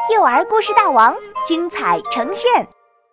幼儿故事大王精彩呈现。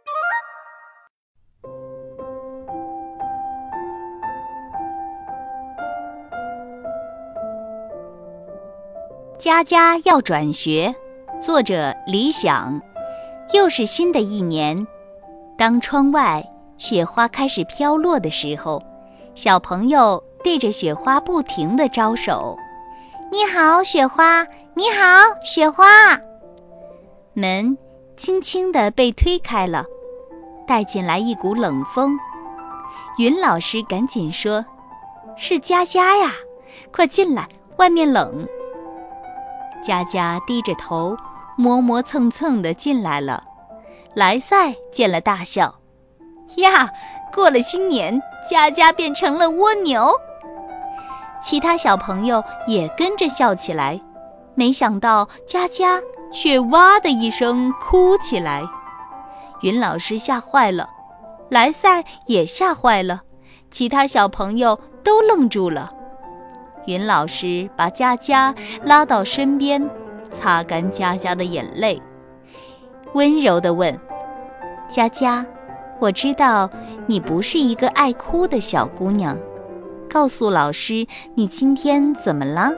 佳佳要转学，作者李想。又是新的一年，当窗外雪花开始飘落的时候，小朋友对着雪花不停地招手。你好，雪花！你好，雪花！门轻轻地被推开了，带进来一股冷风。云老师赶紧说：“是佳佳呀，快进来，外面冷。”佳佳低着头，磨磨蹭蹭地进来了。莱赛见了大笑：“呀，过了新年，佳佳变成了蜗牛。”其他小朋友也跟着笑起来，没想到佳佳却哇的一声哭起来。云老师吓坏了，莱赛也吓坏了，其他小朋友都愣住了。云老师把佳佳拉到身边，擦干佳佳的眼泪，温柔地问：“佳佳，我知道你不是一个爱哭的小姑娘，告诉老师你今天怎么了？”“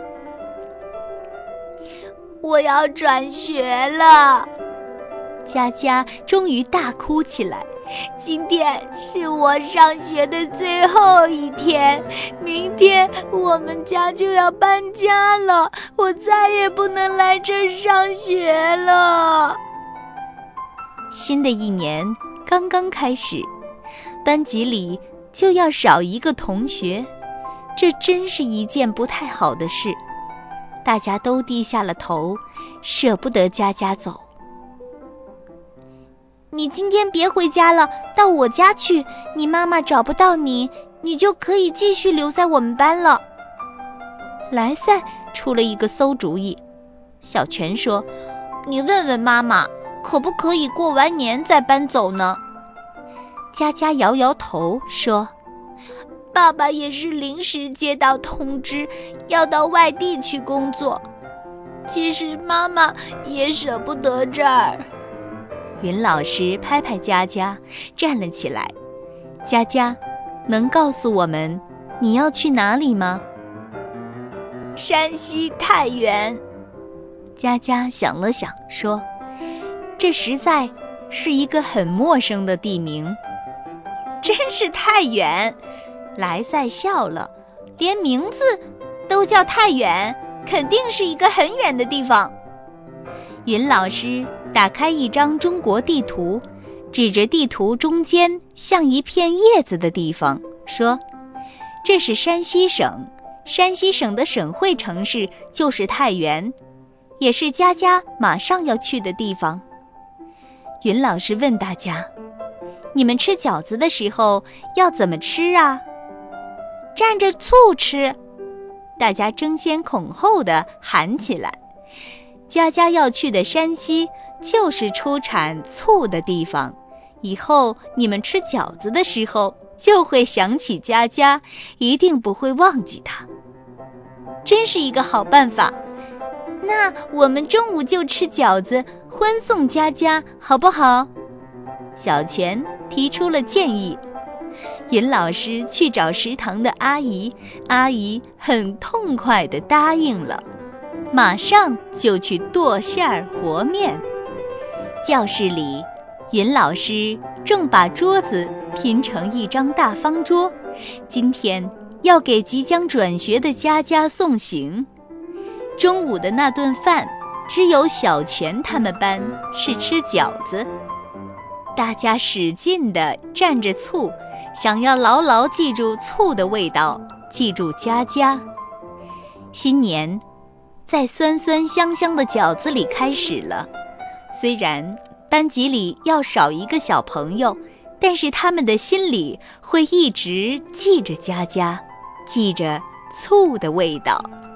我要转学了！”佳佳终于大哭起来。“今天是我上学的最后一天，明天我们家就要搬家了，我再也不能来这儿上学了。”新的一年刚刚开始，班级里就要少一个同学，这真是一件不太好的事。大家都低下了头，舍不得佳佳走。“你今天别回家了，到我家去，你妈妈找不到你，你就可以继续留在我们班了。”莱赛出了一个馊主意。小泉说：“你问问妈妈，可不可以过完年再搬走呢？”佳佳摇摇头说：“爸爸也是临时接到通知，要到外地去工作。其实妈妈也舍不得这儿。”云老师拍拍佳佳，站了起来。“佳佳，能告诉我们你要去哪里吗？”“山西太原。”佳佳想了想说：“这实在是一个很陌生的地名。”“真是太远！”莱赛笑了，“连名字都叫太远，肯定是一个很远的地方。”云老师打开一张中国地图，指着地图中间像一片叶子的地方说：“这是山西省，山西省的省会城市就是太原，也是佳佳马上要去的地方。”云老师问大家：“你们吃饺子的时候要怎么吃啊？”“蘸着醋吃！”大家争先恐后地喊起来。佳佳要去的山西就是出产醋的地方，以后你们吃饺子的时候就会想起佳佳，一定不会忘记她。真是一个好办法。那我们中午就吃饺子，欢送佳佳，好不好？小泉提出了建议。云老师去找食堂的阿姨，阿姨很痛快地答应了，马上就去剁馅儿和面。教室里，云老师正把桌子拼成一张大方桌，今天要给即将转学的佳佳送行。中午的那顿饭，只有小泉他们班是吃饺子。大家使劲地蘸着醋，想要牢牢记住醋的味道，记住佳佳。新年在酸酸香香的饺子里开始了。虽然班级里要少一个小朋友，但是他们的心里会一直记着佳佳，记着醋的味道。